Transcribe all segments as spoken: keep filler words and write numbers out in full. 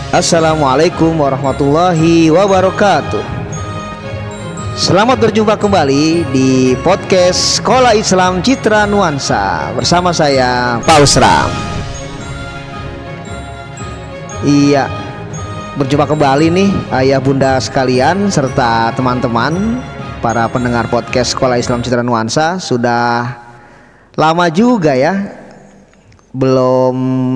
Assalamualaikum warahmatullahi wabarakatuh. Selamat berjumpa kembali di podcast Sekolah Islam Citra Nuansa bersama saya Pak Usram. Iya, berjumpa kembali nih ayah bunda sekalian serta teman-teman para pendengar podcast Sekolah Islam Citra Nuansa. Sudah lama juga ya belum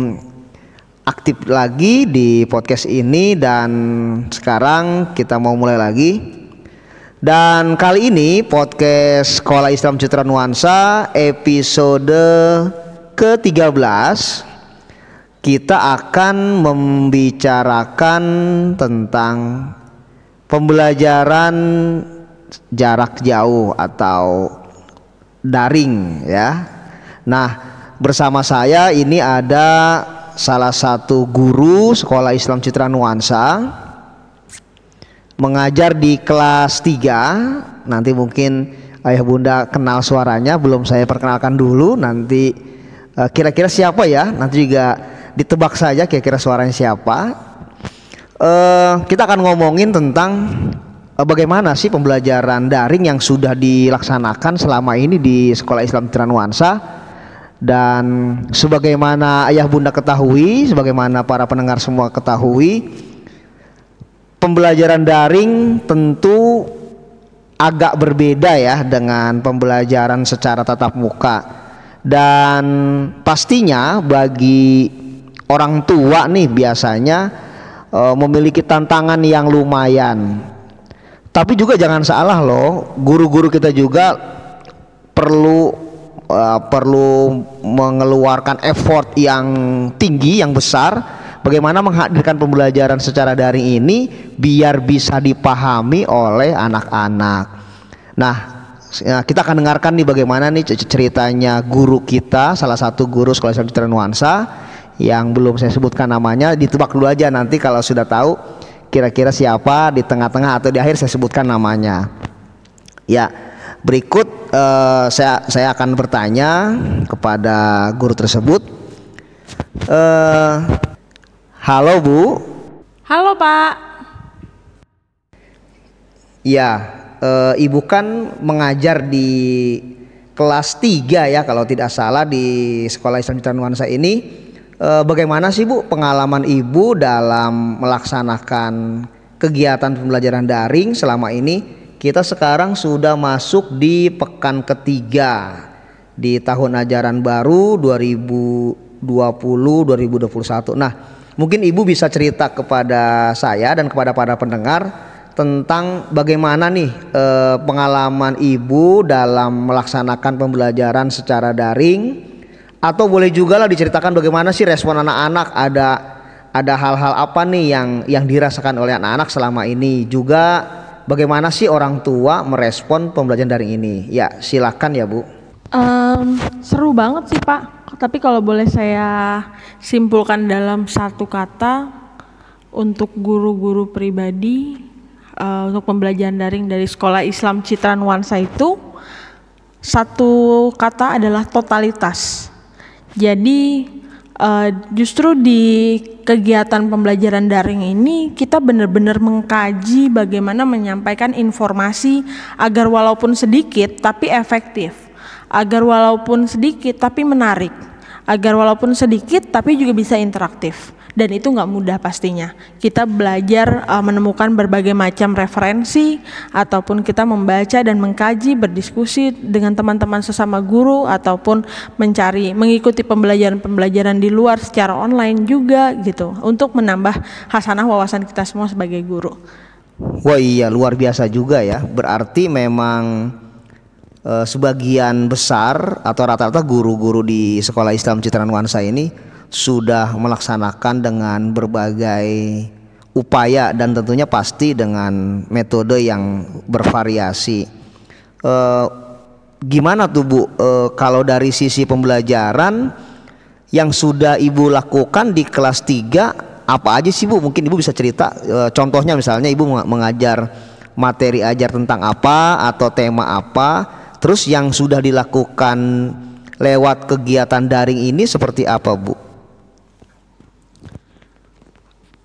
aktif lagi di podcast ini, dan sekarang kita mau mulai lagi. Dan kali ini podcast Sekolah Islam Citra Nuansa episode ke tiga belas, kita akan membicarakan tentang pembelajaran jarak jauh atau daring ya. Nah, bersama saya ini ada salah satu guru Sekolah Islam Citra Nuansa, mengajar di kelas tiga. Nanti mungkin ayah bunda kenal suaranya, belum saya perkenalkan dulu. Nanti uh, kira-kira siapa ya, nanti juga ditebak saja kira-kira suaranya siapa. uh, Kita akan ngomongin tentang uh, bagaimana sih pembelajaran daring yang sudah dilaksanakan selama ini di Sekolah Islam Citra Nuansa. Dan sebagaimana ayah bunda ketahui, sebagaimana para pendengar semua ketahui, pembelajaran daring tentu agak berbeda ya dengan pembelajaran secara tatap muka. Dan pastinya bagi orang tua nih biasanya e, memiliki tantangan yang lumayan. Tapi juga jangan salah loh, guru-guru kita juga perlu Uh, perlu mengeluarkan effort yang tinggi, yang besar, bagaimana menghadirkan pembelajaran secara daring ini biar bisa dipahami oleh anak-anak. Nah, kita akan dengarkan nih bagaimana nih ceritanya guru kita, salah satu guru Sekolah Islam Citra Nuansa yang belum saya sebutkan namanya. Ditebak dulu aja, nanti kalau sudah tahu kira-kira siapa di tengah-tengah atau di akhir saya sebutkan namanya. Ya. Berikut uh, saya saya akan bertanya kepada guru tersebut. Uh, halo Bu. Halo Pak. Ya, uh, Ibu kan mengajar di kelas tiga ya kalau tidak salah di Sekolah Islam Citra Nuansa ini. Uh, bagaimana sih Bu pengalaman Ibu dalam melaksanakan kegiatan pembelajaran daring selama ini? Kita sekarang sudah masuk di pekan ketiga di tahun ajaran baru dua ribu dua puluh dua ribu dua puluh satu. Nah, mungkin Ibu bisa cerita kepada saya dan kepada para pendengar tentang bagaimana nih eh, pengalaman Ibu dalam melaksanakan pembelajaran secara daring, atau boleh juga lah diceritakan bagaimana sih respon anak-anak, ada ada hal-hal apa nih yang yang dirasakan oleh anak-anak selama ini, juga bagaimana sih orang tua merespon pembelajaran daring ini? Ya, silakan ya Bu. Um, seru banget sih Pak. Tapi kalau boleh saya simpulkan dalam satu kata, untuk guru-guru pribadi uh, untuk pembelajaran daring dari Sekolah Islam Citra Nuansa itu, satu kata adalah totalitas. Jadi Uh, justru di kegiatan pembelajaran daring ini kita benar-benar mengkaji bagaimana menyampaikan informasi agar walaupun sedikit tapi efektif, agar walaupun sedikit tapi menarik, agar walaupun sedikit tapi juga bisa interaktif. Dan itu nggak mudah pastinya. Kita belajar uh, menemukan berbagai macam referensi, ataupun kita membaca dan mengkaji, berdiskusi dengan teman-teman sesama guru, ataupun mencari mengikuti pembelajaran-pembelajaran di luar secara online juga gitu, untuk menambah hasanah wawasan kita semua sebagai guru. Wah iya, luar biasa juga ya. Berarti memang eh, sebagian besar atau rata-rata guru-guru di Sekolah Islam Citra Nuansa ini sudah melaksanakan dengan berbagai upaya dan tentunya pasti dengan metode yang bervariasi. E, gimana tuh Bu, e, kalau dari sisi pembelajaran yang sudah Ibu lakukan di kelas tiga, apa aja sih Bu? Mungkin Ibu bisa cerita, e, contohnya misalnya Ibu mengajar materi ajar tentang apa atau tema apa, terus yang sudah dilakukan lewat kegiatan daring ini seperti apa Bu? Uh,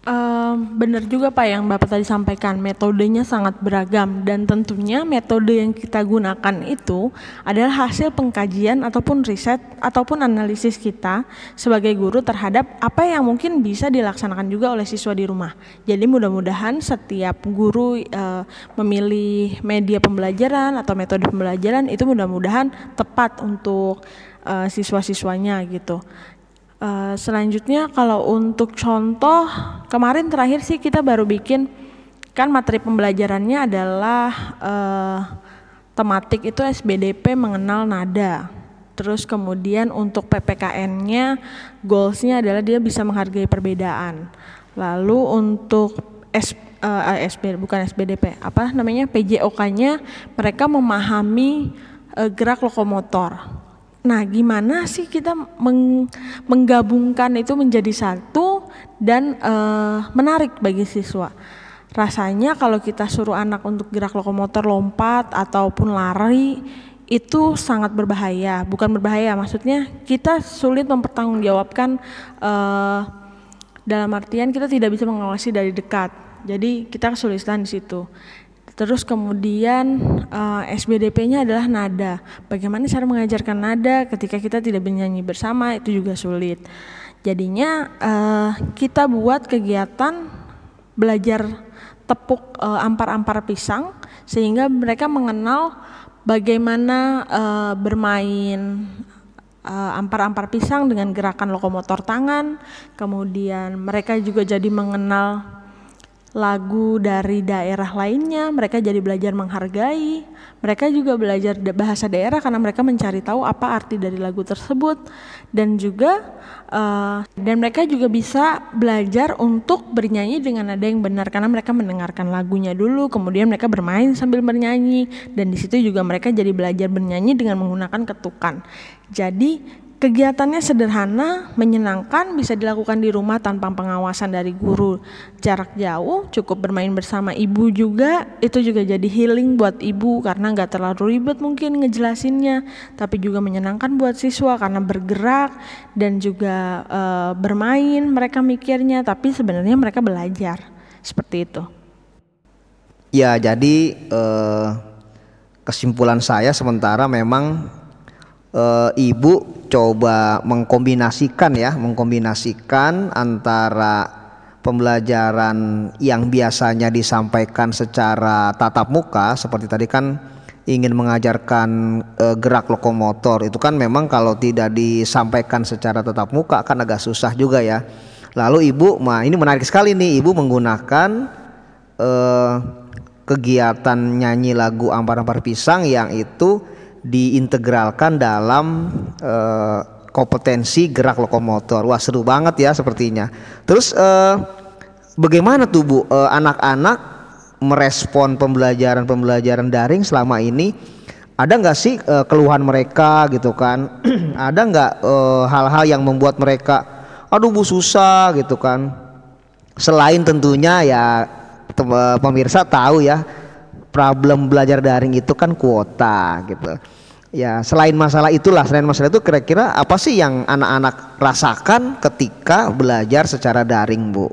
Benar juga Pak yang Bapak tadi sampaikan, metodenya sangat beragam dan tentunya metode yang kita gunakan itu adalah hasil pengkajian ataupun riset ataupun analisis kita sebagai guru terhadap apa yang mungkin bisa dilaksanakan juga oleh siswa di rumah. Jadi mudah-mudahan setiap guru uh, memilih media pembelajaran atau metode pembelajaran itu mudah-mudahan tepat untuk uh, siswa-siswanya gitu. Uh, selanjutnya kalau untuk contoh, kemarin terakhir sih kita baru bikin, kan materi pembelajarannya adalah uh, tematik itu S B D P mengenal nada. Terus kemudian untuk P P K N-nya goals-nya adalah dia bisa menghargai perbedaan. Lalu untuk S, uh, S B, bukan S B D P, apa namanya P J O K-nya mereka memahami uh, gerak lokomotor. Nah, gimana sih kita meng, menggabungkan itu menjadi satu dan uh, menarik bagi siswa? Rasanya kalau kita suruh anak untuk gerak lokomotor lompat ataupun lari itu sangat berbahaya. Bukan berbahaya, maksudnya kita sulit mempertanggungjawabkan uh, dalam artian kita tidak bisa mengawasi dari dekat. Jadi kita kesulitan di situ. Terus kemudian uh, S B D P-nya adalah nada. Bagaimana cara mengajarkan nada ketika kita tidak bernyanyi bersama, itu juga sulit. Jadinya uh, kita buat kegiatan belajar tepuk uh, ampar-ampar pisang sehingga mereka mengenal bagaimana uh, bermain uh, ampar-ampar pisang dengan gerakan lokomotor tangan. Kemudian mereka juga jadi mengenal lagu dari daerah lainnya, mereka jadi belajar menghargai, mereka juga belajar bahasa daerah karena mereka mencari tahu apa arti dari lagu tersebut, dan juga uh, dan mereka juga bisa belajar untuk bernyanyi dengan nada yang benar karena mereka mendengarkan lagunya dulu, kemudian mereka bermain sambil bernyanyi, dan di situ juga mereka jadi belajar bernyanyi dengan menggunakan ketukan. Jadi kegiatannya sederhana, menyenangkan, bisa dilakukan di rumah tanpa pengawasan dari guru jarak jauh, cukup bermain bersama ibu juga, itu juga jadi healing buat ibu karena gak terlalu ribet mungkin ngejelasinnya, tapi juga menyenangkan buat siswa karena bergerak dan juga e, bermain mereka mikirnya, tapi sebenarnya mereka belajar, seperti itu. Ya, jadi e, kesimpulan saya sementara memang e, ibu coba mengkombinasikan ya, mengkombinasikan antara pembelajaran yang biasanya disampaikan secara tatap muka, seperti tadi kan ingin mengajarkan e, gerak lokomotor, itu kan memang kalau tidak disampaikan secara tatap muka kan agak susah juga ya. Lalu ibu, nah ini menarik sekali nih, ibu menggunakan e, kegiatan nyanyi lagu ampar-ampar pisang yang itu diintegralkan dalam uh, kompetensi gerak lokomotor. Wah, seru banget ya sepertinya. Terus uh, bagaimana tuh Bu uh, anak-anak merespon pembelajaran-pembelajaran daring selama ini? Ada nggak sih uh, keluhan mereka gitu kan? Ada nggak uh, hal-hal yang membuat mereka, aduh Bu susah gitu kan? Selain tentunya ya tem- pemirsa tahu ya, problem belajar daring itu kan kuota gitu. Ya, selain masalah itulah, selain masalah itu kira-kira apa sih yang anak-anak rasakan ketika belajar secara daring, Bu?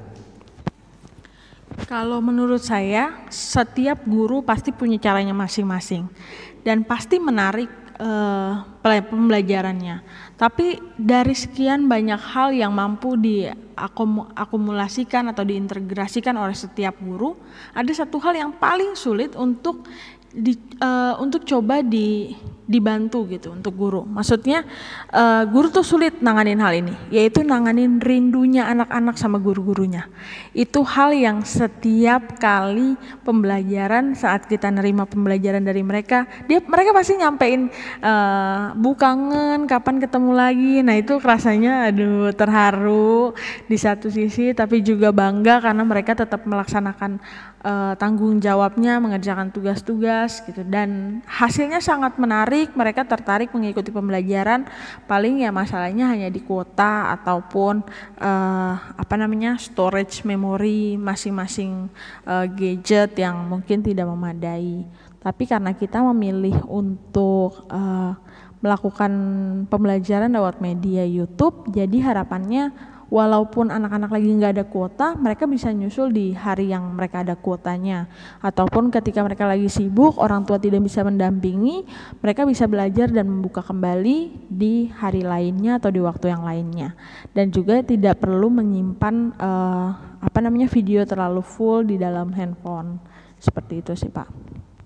Kalau menurut saya, setiap guru pasti punya caranya masing-masing dan pasti menarik uh, pembelajarannya. Tapi dari sekian banyak hal yang mampu diakumulasikan atau diintegrasikan oleh setiap guru, ada satu hal yang paling sulit untuk di, uh, untuk coba di dibantu gitu untuk guru. Maksudnya uh, guru tuh sulit nanganin hal ini, yaitu nanganin rindunya anak-anak sama guru-gurunya. Itu hal yang setiap kali pembelajaran, saat kita nerima pembelajaran dari mereka, dia mereka pasti nyampein uh, Bu kangen, kapan ketemu lagi. Nah itu rasanya aduh terharu di satu sisi, tapi juga bangga karena mereka tetap melaksanakan uh, tanggung jawabnya, mengerjakan tugas-tugas gitu, dan hasilnya sangat menarik. Mereka tertarik mengikuti pembelajaran. Paling ya masalahnya hanya di kuota ataupun uh, apa namanya storage memori masing-masing uh, gadget yang mungkin tidak memadai. Tapi karena kita memilih untuk uh, melakukan pembelajaran lewat media YouTube, jadi harapannya walaupun anak-anak lagi nggak ada kuota, mereka bisa nyusul di hari yang mereka ada kuotanya. Ataupun ketika mereka lagi sibuk, orang tua tidak bisa mendampingi, mereka bisa belajar dan membuka kembali di hari lainnya atau di waktu yang lainnya. Dan juga tidak perlu menyimpan uh, apa namanya video terlalu full di dalam handphone. Seperti itu sih Pak.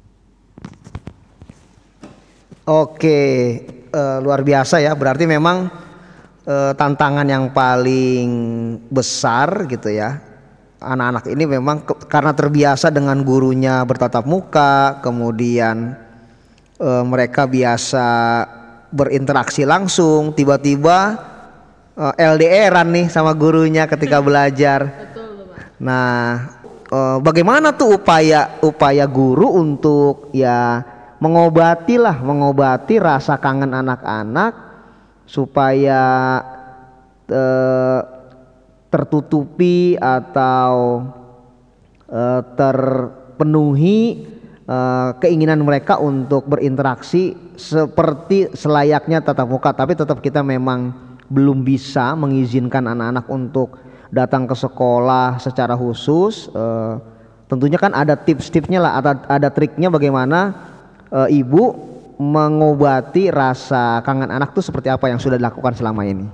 Oke, uh, luar biasa ya. Berarti memang uh, tantangan yang paling besar gitu ya. Anak-anak ini memang ke, karena terbiasa dengan gurunya bertatap muka, kemudian uh, mereka biasa berinteraksi langsung, tiba-tiba uh, L D R-an nih sama gurunya ketika belajar. Betul, Pak. Nah, uh, bagaimana tuh upaya upaya guru untuk ya mengobati lah, mengobati rasa kangen anak-anak supaya eh, tertutupi atau eh, terpenuhi eh, keinginan mereka untuk berinteraksi seperti selayaknya tatap muka, tapi tetap kita memang belum bisa mengizinkan anak-anak untuk datang ke sekolah secara khusus. Eh, tentunya kan ada tips-tipsnya lah, ada, ada triknya bagaimana E, ibu mengobati rasa kangen anak tuh seperti apa yang sudah dilakukan selama ini?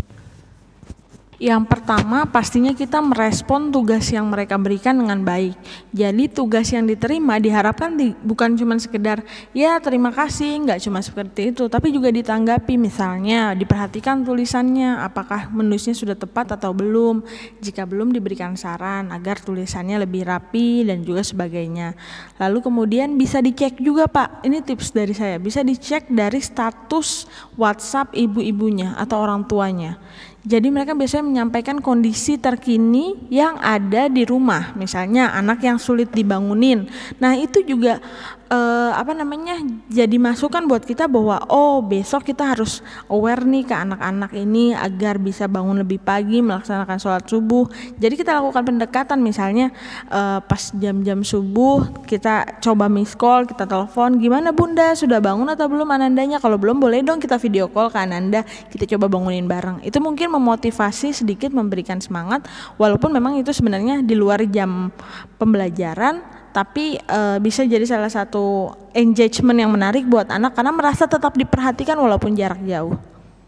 Yang pertama pastinya kita merespon tugas yang mereka berikan dengan baik. Jadi tugas yang diterima diharapkan di, bukan cuma sekedar ya terima kasih, nggak cuma seperti itu, tapi juga ditanggapi, misalnya diperhatikan tulisannya apakah menulisnya sudah tepat atau belum. Jika belum diberikan saran agar tulisannya lebih rapi dan juga sebagainya. Lalu kemudian bisa dicek juga Pak, ini tips dari saya, bisa dicek dari status WhatsApp ibu-ibunya atau orang tuanya. Jadi mereka biasanya menyampaikan kondisi terkini yang ada di rumah, misalnya anak yang sulit dibangunin. Nah itu juga eh, apa namanya jadi masukan buat kita bahwa oh besok kita harus aware nih ke anak-anak ini agar bisa bangun lebih pagi, melaksanakan sholat subuh. Jadi kita lakukan pendekatan, misalnya eh, pas jam-jam subuh kita coba miss call, kita telepon, gimana bunda sudah bangun atau belum anandanya, kalau belum boleh dong kita video call ke ananda, kita coba bangunin bareng. Itu mungkin memotivasi sedikit, memberikan semangat, walaupun memang itu sebenarnya di luar jam pembelajaran, tapi e, bisa jadi salah satu engagement yang menarik buat anak karena merasa tetap diperhatikan walaupun jarak jauh.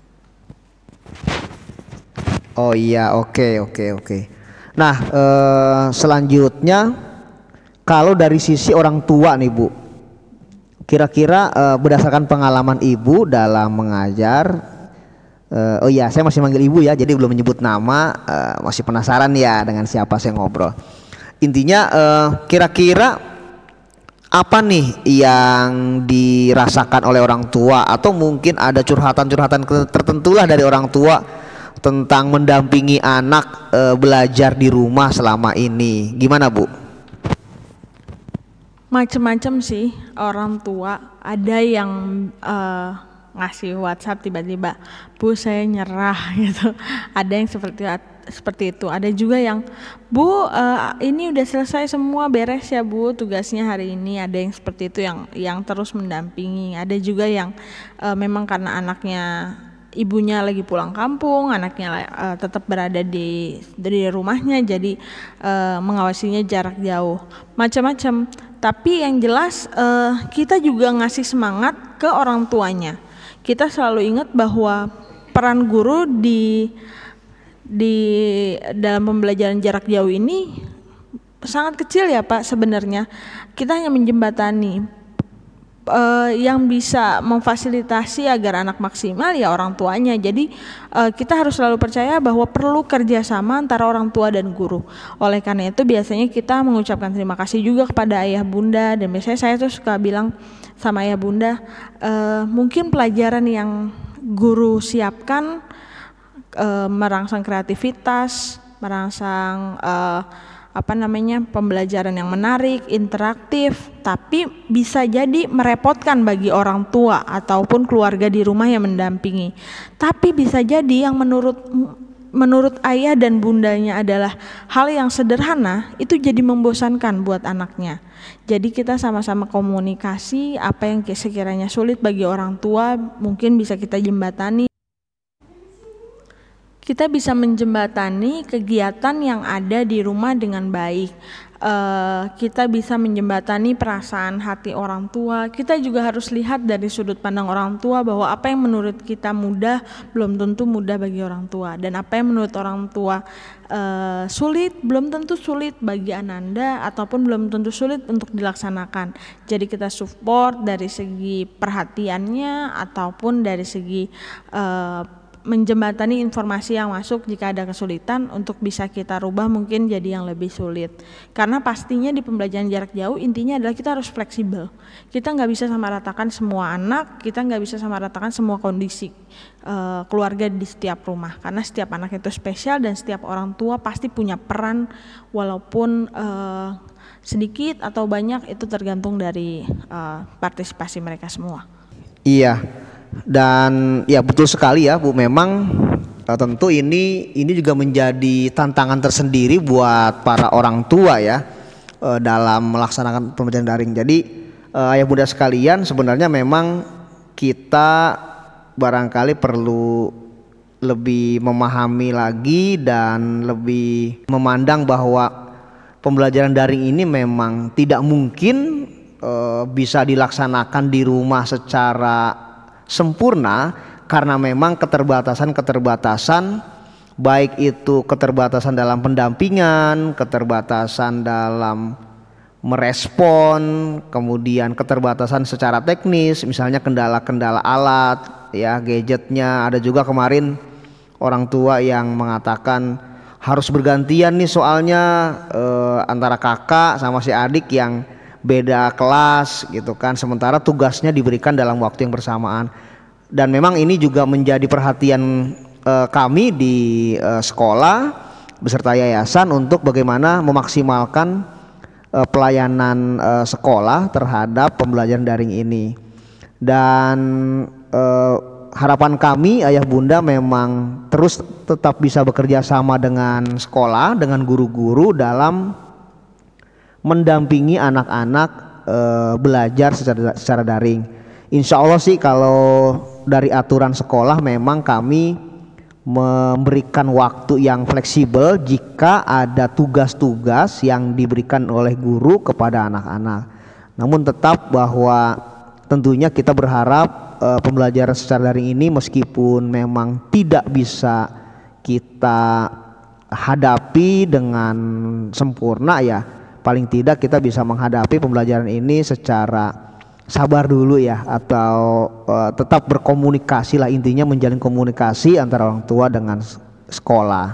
Oh iya, oke oke oke. Nah, e, selanjutnya kalau dari sisi orang tua nih Bu, kira-kira e, berdasarkan pengalaman Ibu dalam mengajar. Uh, oh iya, saya masih manggil ibu ya, jadi belum menyebut nama, uh, masih penasaran ya dengan siapa saya ngobrol. Intinya uh, kira-kira apa nih yang dirasakan oleh orang tua, atau mungkin ada curhatan-curhatan tertentu lah dari orang tua tentang mendampingi anak uh, belajar di rumah selama ini. Gimana Bu? Macem-macem sih orang tua, ada yang uh, ngasih WhatsApp tiba-tiba, Bu saya nyerah gitu. Ada yang seperti seperti itu. Ada juga yang Bu uh, ini udah selesai semua, beres ya Bu tugasnya hari ini. Ada yang seperti itu yang yang terus mendampingi. Ada juga yang uh, memang karena anaknya ibunya lagi pulang kampung, anaknya uh, tetap berada di dari rumahnya, jadi uh, mengawasinya jarak jauh. Macam-macam. Tapi yang jelas uh, kita juga ngasih semangat ke orang tuanya. Kita selalu ingat bahwa peran guru di di dalam pembelajaran jarak jauh ini sangat kecil ya Pak sebenarnya. Kita hanya menjembatani, uh, yang bisa memfasilitasi agar anak maksimal ya orang tuanya. Jadi uh, kita harus selalu percaya bahwa perlu kerjasama antara orang tua dan guru. Oleh karena itu biasanya kita mengucapkan terima kasih juga kepada ayah bunda, dan biasanya saya tuh suka bilang sama ayah bunda, uh, mungkin pelajaran yang guru siapkan uh, merangsang kreativitas, merangsang uh, apa namanya pembelajaran yang menarik, interaktif, tapi bisa jadi merepotkan bagi orang tua ataupun keluarga di rumah yang mendampingi. Tapi bisa jadi yang menurut menurut ayah dan bundanya adalah hal yang sederhana, itu jadi membosankan buat anaknya. Jadi kita sama-sama komunikasi, apa yang sekiranya sulit bagi orang tua mungkin bisa kita jembatani. Kita bisa menjembatani kegiatan yang ada di rumah dengan baik. Uh, kita bisa menjembatani perasaan hati orang tua. Kita juga harus lihat dari sudut pandang orang tua bahwa apa yang menurut kita mudah belum tentu mudah bagi orang tua, dan apa yang menurut orang tua uh, sulit belum tentu sulit bagi Ananda, ataupun belum tentu sulit untuk dilaksanakan. Jadi kita support dari segi perhatiannya ataupun dari segi uh, menjembatani informasi yang masuk jika ada kesulitan untuk bisa kita rubah mungkin jadi yang lebih sulit. Karena pastinya di pembelajaran jarak jauh intinya adalah kita harus fleksibel. Kita nggak bisa sama ratakan semua anak, kita nggak bisa sama ratakan semua kondisi uh, keluarga di setiap rumah. Karena setiap anak itu spesial dan setiap orang tua pasti punya peran, walaupun uh, sedikit atau banyak itu tergantung dari uh, partisipasi mereka semua. Iya. Dan ya betul sekali ya Bu, memang tentu ini ini juga menjadi tantangan tersendiri buat para orang tua ya dalam melaksanakan pembelajaran daring. Jadi ayah bunda sekalian, sebenarnya memang kita barangkali perlu lebih memahami lagi dan lebih memandang bahwa pembelajaran daring ini memang tidak mungkin uh, bisa dilaksanakan di rumah secara sempurna, karena memang keterbatasan-keterbatasan, baik itu keterbatasan dalam pendampingan, keterbatasan dalam merespon, kemudian keterbatasan secara teknis, misalnya kendala-kendala alat ya, gadgetnya. Ada juga kemarin orang tua yang mengatakan harus bergantian nih soalnya eh, antara kakak sama si adik yang beda kelas gitu kan, sementara tugasnya diberikan dalam waktu yang bersamaan. Dan memang ini juga menjadi perhatian eh, kami di eh, sekolah beserta yayasan untuk bagaimana memaksimalkan eh, pelayanan eh, sekolah terhadap pembelajaran daring ini. Dan eh, harapan kami ayah bunda memang terus tetap bisa bekerja sama dengan sekolah, dengan guru-guru dalam mendampingi anak-anak e, belajar secara, secara daring. Insya Allah sih kalau dari aturan sekolah memang kami memberikan waktu yang fleksibel jika ada tugas-tugas yang diberikan oleh guru kepada anak-anak. Namun tetap bahwa tentunya kita berharap e, pembelajaran secara daring ini meskipun memang tidak bisa kita hadapi dengan sempurna ya, paling tidak kita bisa menghadapi pembelajaran ini secara sabar dulu ya, atau uh, tetap berkomunikasi lah, intinya menjalin komunikasi antara orang tua dengan sekolah.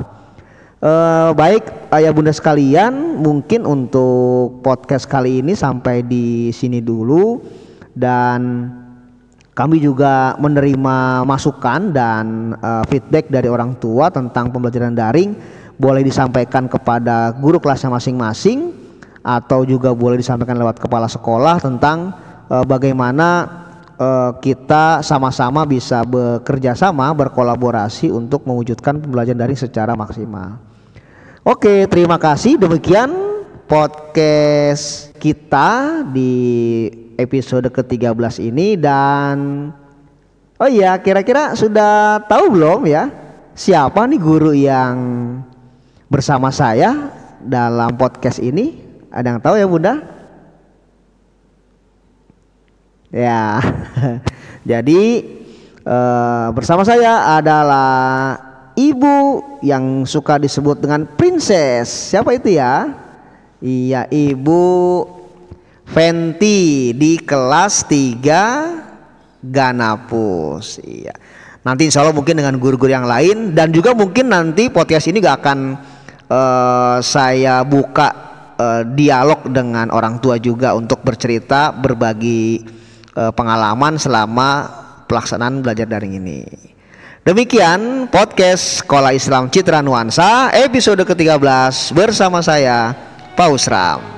Uh, baik ayah bunda sekalian, mungkin untuk podcast kali ini sampai di sini dulu, dan kami juga menerima masukan dan uh, feedback dari orang tua tentang pembelajaran daring. Boleh disampaikan kepada guru kelasnya masing-masing, atau juga boleh disampaikan lewat kepala sekolah tentang e, bagaimana e, kita sama-sama bisa bekerja sama, berkolaborasi untuk mewujudkan pembelajaran daring secara maksimal. Oke, terima kasih. Demikian podcast kita di episode ke tiga belas ini. Dan oh iya, kira-kira sudah tahu belum ya siapa nih guru yang bersama saya dalam podcast ini? Ada yang tahu ya bunda? Ya, jadi eh, bersama saya adalah ibu yang suka disebut dengan princess. Siapa itu ya? Iya, Ibu Fenty di kelas tiga Ganapus. Iya. Nanti insya Allah mungkin dengan guru-guru yang lain, dan juga mungkin nanti podcast ini gak akan eh, saya buka Uh, dialog dengan orang tua juga untuk bercerita, berbagi uh, pengalaman selama pelaksanaan belajar daring ini. Demikian podcast Sekolah Islam Citra Nuansa episode ke tiga belas bersama saya Pak Usram.